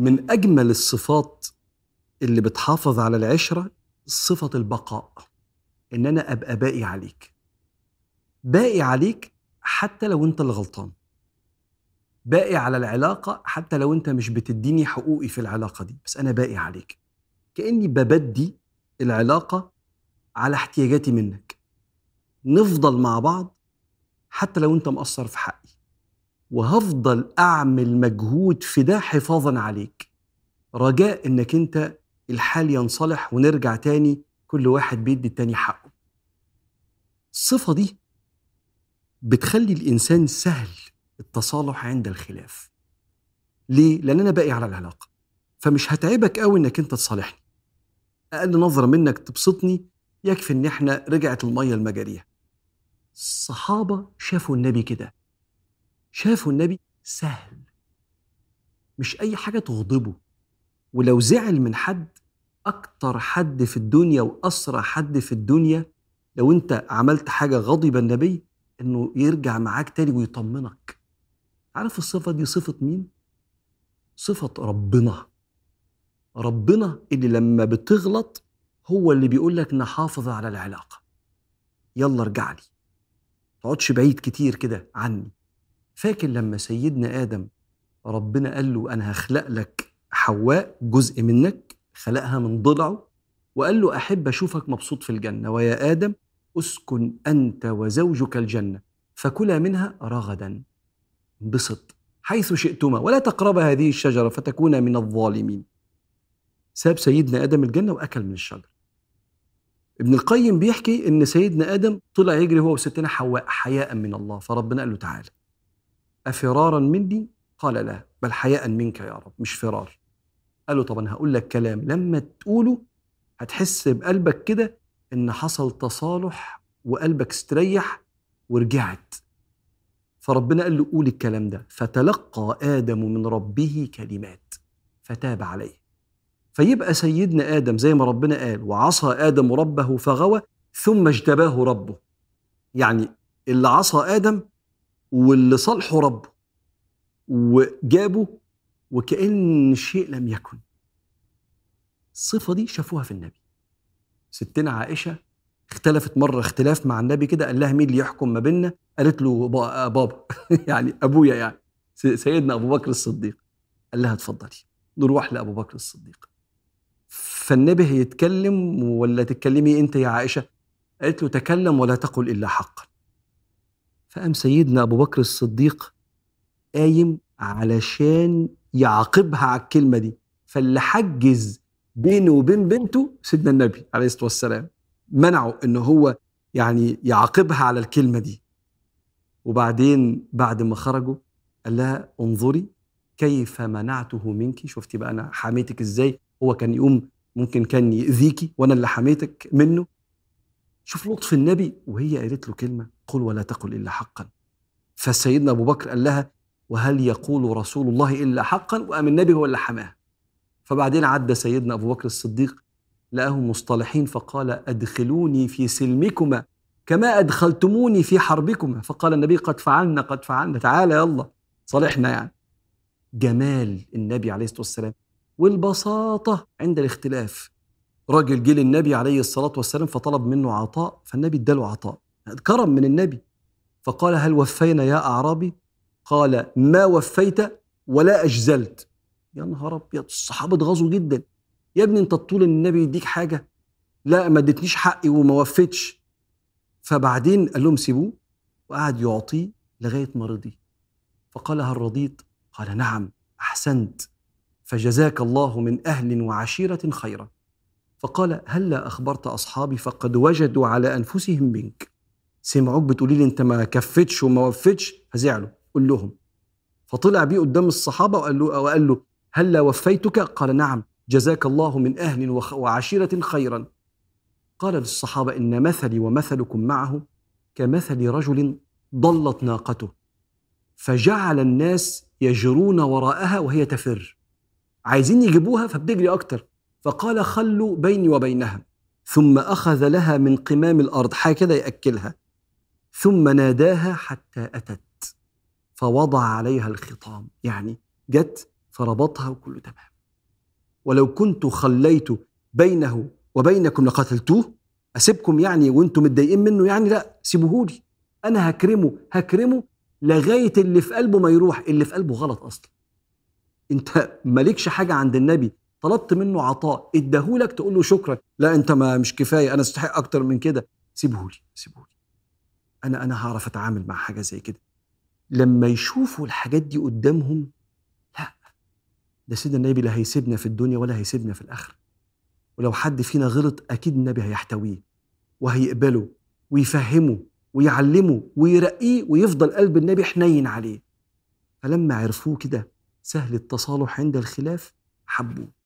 من أجمل الصفات اللي بتحافظ على العشرة صفة البقاء، إن أنا أبقى باقي عليك، باقي عليك حتى لو أنت اللي غلطان، باقي على العلاقة حتى لو أنت مش بتديني حقوقي في العلاقة دي، بس أنا باقي عليك، كأني ببدي العلاقة على احتياجاتي منك، نفضل مع بعض حتى لو أنت مقصر في حقي، وهفضل أعمل مجهود في ده حفاظا عليك، رجاء إنك أنت الحال ينصلح ونرجع تاني كل واحد بيدي التاني حقه. الصفة دي بتخلي الإنسان سهل التصالح عند الخلاف. ليه؟ لأن أنا باقي على العلاقة، فمش هتعبك قوي إنك أنت تصالحني، أقل نظرة منك تبسطني، يكفي إن إحنا رجعت المية لمجاريها. الصحابة شافوا النبي كده، شافوا النبي سهل، مش أي حاجة تغضبه، ولو زعل من حد، أكتر حد في الدنيا وأسرع حد في الدنيا لو أنت عملت حاجة غضب النبي إنه يرجع معاك تاني ويطمنك. عارف الصفة دي صفة مين؟ صفة ربنا. ربنا اللي لما بتغلط هو اللي بيقول لك نحافظ على العلاقة، يلا ارجع لي، تقعدش بعيد كتير كده عني. فاكر لما سيدنا آدم ربنا قال له أنا هخلق لك حواء جزء منك، خلقها من ضلعه، وقال له أحب أشوفك مبسوط في الجنة، ويا آدم أسكن أنت وزوجك الجنة فكلا منها رغدا، انبسط حيث شئتما ولا تقربا هذه الشجرة فتكونا من الظالمين. ساب سيدنا آدم الجنة وأكل من الشجرة. ابن القيم بيحكي إن سيدنا آدم طلع يجري هو وستنا حواء حياء من الله، فربنا قال له تعالى أفرارا مني؟ قال لا، بل حياء منك يا رب، مش فرار. قال له طب أنا هقول لك كلام لما تقوله هتحس بقلبك كده إن حصل تصالح وقلبك استريح ورجعت. فربنا قال له قول الكلام ده، فتلقى آدم من ربه كلمات فتاب عليه. فيبقى سيدنا آدم زي ما ربنا قال وعصى آدم ربه فغوى ثم اجتباه ربه، يعني اللي عصى آدم واللي صالحه ربه وجابه وكأن شيء لم يكن. الصفة دي شافوها في النبي. ستنا عائشة اختلفت مرة اختلاف مع النبي كده، قال لها مين اللي يحكم ما بيننا؟ قالت له بابا يعني أبويا، يعني سيدنا أبو بكر الصديق. قال لها اتفضلي نروح لأبو بكر الصديق. فالنبي هيتكلم ولا تتكلمي انت يا عائشة؟ قالت له تكلم ولا تقل إلا حقا. فقام سيدنا أبو بكر الصديق قايم علشان يعاقبها على الكلمة دي، فاللي حجز بينه وبين بنته سيدنا النبي عليه الصلاة والسلام، منعه إنه هو يعني يعاقبها على الكلمة دي. وبعدين بعد ما خرجوا قال لها انظري كيف منعته منك، شفتي بقى أنا حميتك إزاي، هو كان يقوم ممكن كان يؤذيكي وأنا اللي حميتك منه. شوف لطف النبي، وهي قالت له كلمة قل ولا تقل إلا حقا. فسيدنا أبو بكر قال لها وهل يقول رسول الله إلا حقا، وقام النبي هو اللي حماه. فبعدين عدى سيدنا أبو بكر الصديق لقاهم مصطلحين فقال أدخلوني في سلمكما كما أدخلتموني في حربكما. فقال النبي قد فعلنا قد فعلنا، تعالى يلا صالحنا. يعني جمال النبي عليه الصلاة والسلام والبساطة عند الاختلاف. راجل جه للنبي عليه الصلاة والسلام فطلب منه عطاء، فالنبي اداله عطاء، كرم من النبي. فقال هل وفينا يا أعرابي؟ قال ما وفيت ولا أجزلت. يا نهار أبيض، الصحابة اتغاظوا جدا. يا ابني انت طول النبي يديك حاجة، لا ما ادتنيش حقي وما وفتش. فبعدين قال لهم سيبوه، وقعد يعطيه لغاية ما رضي. فقال هل رضيت؟ قال نعم أحسنت، فجزاك الله من أهل وعشيرة خيرا. فقال هلا أخبرت أصحابي فقد وجدوا على أنفسهم منك، سمعوك بتقولي لي انت ما كفتش وما وفتش، هزعلوا قول لهم. فطلع بيه قدام الصحابة وقال له هلا وفيتك؟ قال نعم جزاك الله من أهل وعشيرة خيرا. قال للصحابة إن مثلي ومثلكم معه كمثل رجل ضلت ناقته فجعل الناس يجرون وراءها وهي تفر، عايزين يجيبوها فبتجري أكتر، فقال خلوا بيني وبينها، ثم أخذ لها من قمام الأرض حاجة كده يأكلها، ثم ناداها حتى أتت فوضع عليها الخطام، يعني جت فربطها وكله تمام. ولو كنت خليت بينه وبينكم لقتلتوه. أسيبكم يعني وانتم متضايقين منه؟ يعني لا، سيبوهولي، أنا هكرمه لغاية اللي في قلبه ما يروح. اللي في قلبه غلط أصلا. انت مالكش حاجة عند النبي، طلبت منه عطاء اداهولك تقول له شكرا، لا انت ما مش كفاية، انا استحق اكتر من كده، سيبهولي. انا هعرف اتعامل مع حاجة زي كده. لما يشوفوا الحاجات دي قدامهم، لا، ده سيدنا النبي لا هيسيبنا في الدنيا ولا هيسيبنا في الآخرة. ولو حد فينا غلط أكيد النبي هيحتويه وهيقبله ويفهمه ويعلمه ويرقيه، ويفضل قلب النبي حنين عليه. فلما عرفوه كده سهل التصالح عند الخلاف، حبوه.